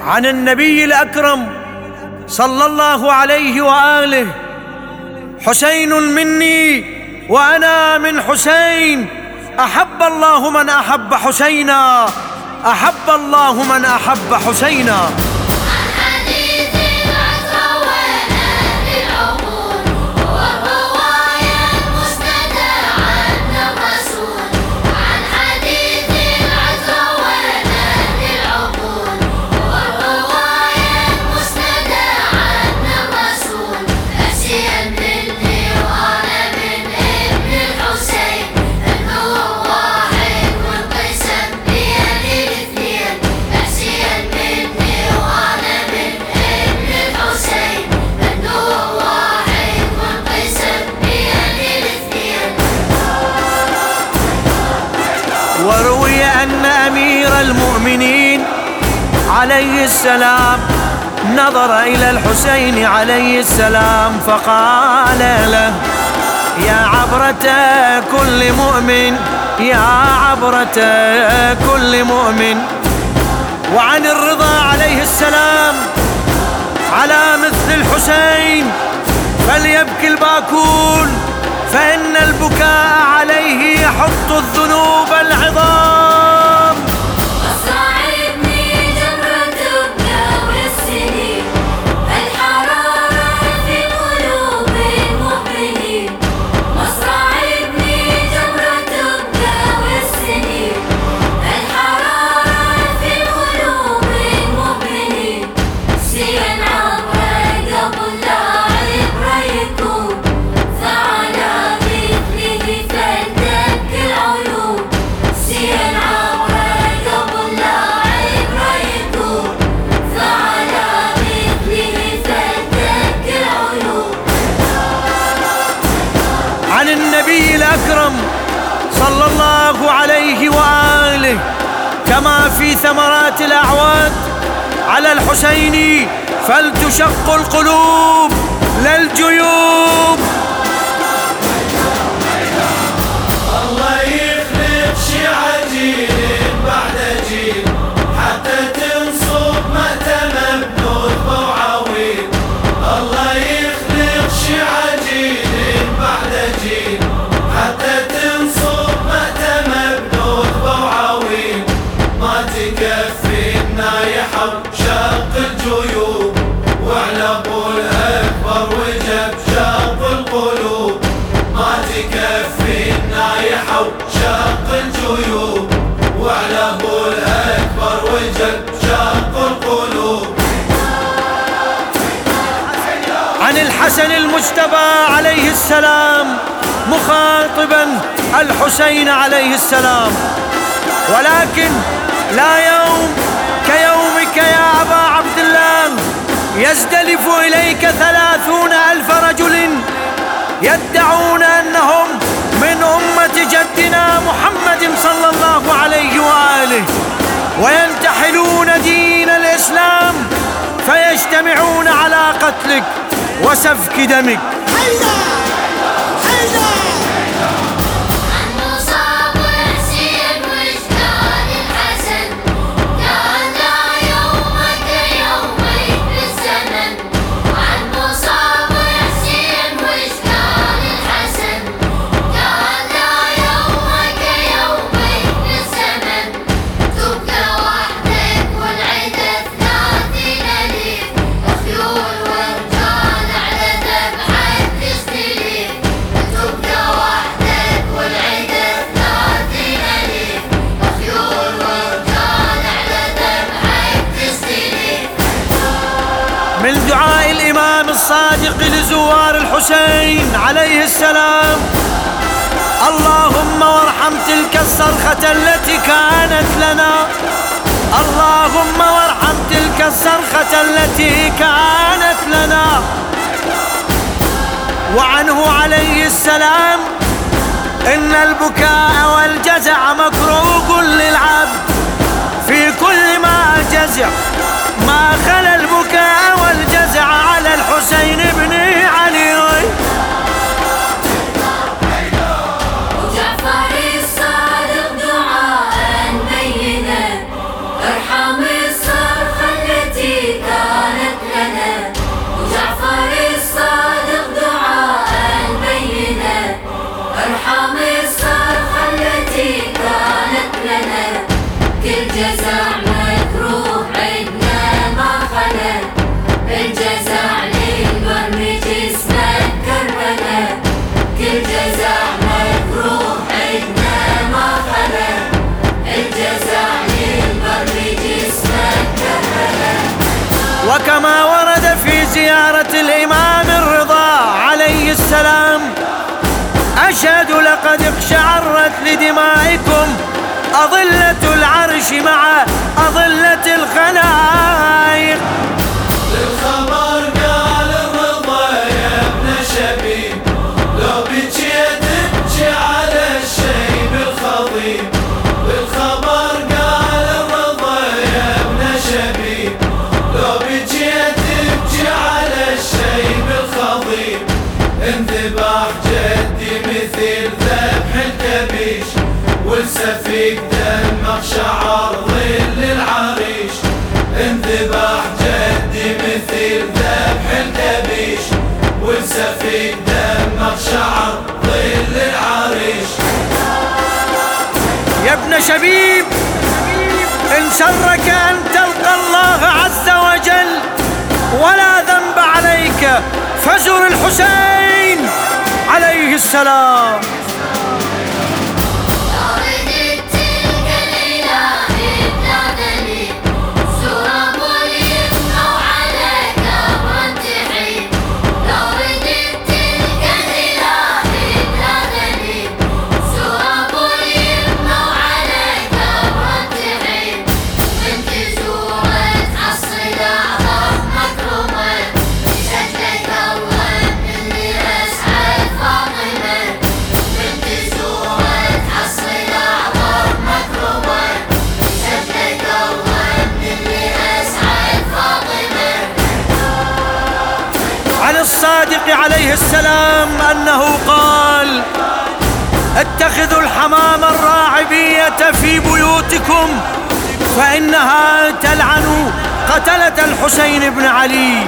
عن النبي الأكرم صلى الله عليه وآله: حسين مني وأنا من حسين، أحب الله من أحب حسينا، أحب الله من أحب حسينا. وروي أن أمير المؤمنين عليه السلام نظر إلى الحسين عليه السلام فقال له: يا عبرة كل مؤمن، يا عبرة كل مؤمن. وعن الرضا عليه السلام على مثل الحسين: فليبكي الباكون فإن البكاء عليه يحط الذنوب العظام. مصاعبني جمرة بكاء السنين، الحرارة في قلوب المؤمنين. مصاعبني جمرة بكاء السنين، الحرارة في قلوب المؤمنين. سيا عبر قبل لا عبر يكون، فعلى مثله فلتبكي العيون. سيا عبر قبل لا عبر يكون، فعلى مثله فلتبكي العيون. عن النبي الأكرم صلى الله عليه وآله: كما في ثمرات الأعواد على الحسين فلتشق القلوب لا الجيوب. الله يخلق شيعة جيل بعد جيل، حتى تنصب مأتمة بنخبة وعويل. الله يخلق شيعة جيل بعد جيل، حتى تنصب مأتمة بنخبة وعويل. ما تكفي النايحة وشق الجيوب، وعلى ابو الأكبر وجب شق القلوب. ما تكفي النايحة وشق الجيوب، وعلى ابو الأكبر وجب شق القلوب. عن الحسن المجتبى عليه السلام مخاطبا الحسين عليه السلام: ولكن لا يوم كيومك يا أبا عبد الله يزدلف إليك 30,000 رجل يدعون أنهم من أمة جدنا محمد صلى الله عليه وآله، وينتحلون دين الإسلام، فيجتمعون على قتلك وسفك دمك. من دعاء الإمام الصادق لزوار الحسين عليه السلام: اللهم وارحم تلك الصرخة التي كانت لنا، اللهم وارحم تلك الصرخة التي كانت لنا. وعنه عليه السلام: إن البكاء والجزع مكروه للعبد في كل ما جزع، ما خلا البكاء والجزع على الحسين بن علي. وجعفر الصادق دعاء بينا، ارحم الصرخة التي الجزع مكروه عندنا ما خلا، الجزع للبرم جسمك كربلا، كل جزع مكروه عندنا ما خلا، الجزع للبرم جسمك كربلا. وكما ورد في زيارة الإمام الرضا عليه السلام: أشهد لقد اقشعرت لدمائكم أظلة العرش مع أظلة الخلائق. للخبر قال الرضا يا ابن شبيب، لو بجيت تبكي على الشيب الخضيب. للخبر قال الرضا يا ابن شبيب، لو بجيت تبكي على الشيب الخضيب. انذبح جدي مثل ذبح الكبيش، والسفيك دمك شعر ظل العريش. انذبح جدي مثل ذبح الكبيش، والسفيك دمك شعر ظل العريش. يا ابن شبيب، إن سرك أن تلقى الله عز وجل ولا ذنب عليك فزر الحسين عليه السلام. الصادق عليه السلام أنه قال: اتخذوا الحمام الراعبية في بيوتكم فإنها تلعن قتلة الحسين بن علي.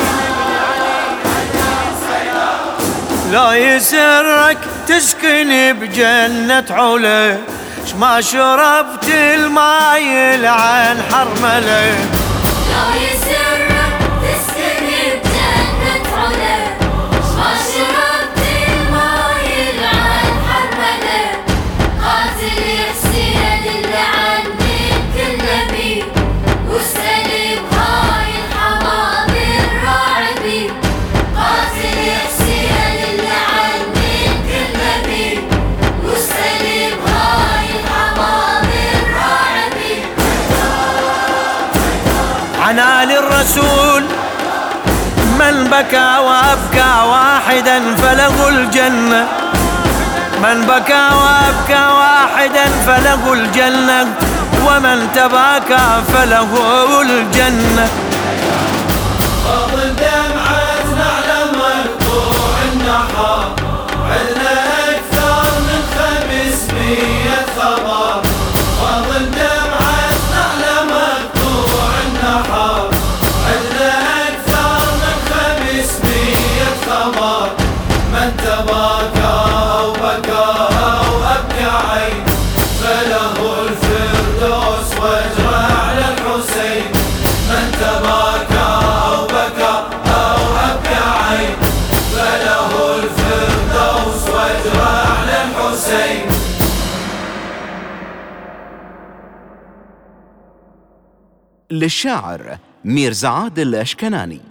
لا يسرك تسكن بجنة علا، ما شربت الماء يلعن حرمله. لا يسرك تسكن بجنة علا، ما شربت الماء يلعن حرمله. قاتل حسين اللعن من كل نبي، واستلم هاي الحمام الراعبي. قاتل حسين اللعن من كل نبي، واستلم هاي الحمام الراعبي. عنا للرسول من بكى وأبكى واحدا فله الجنة، من بكى وأبكى واحدا فله الجنة، ومن تباكى فله الجنة. فضل دمعتنا على مقطوع النحر، عدنا أكثر من 500 خبر. فضل دمعتنا على مقطوع النحر، عدنا أكثر من 500 خبر. من تباكى وبكى وأبكى عين، فله الفردوس واجرى على الحسين. من تباكى وبكى وأبكى عين، فله الفردوس واجرى على الحسين. للشاعر ميرزا عادل الأشكناني.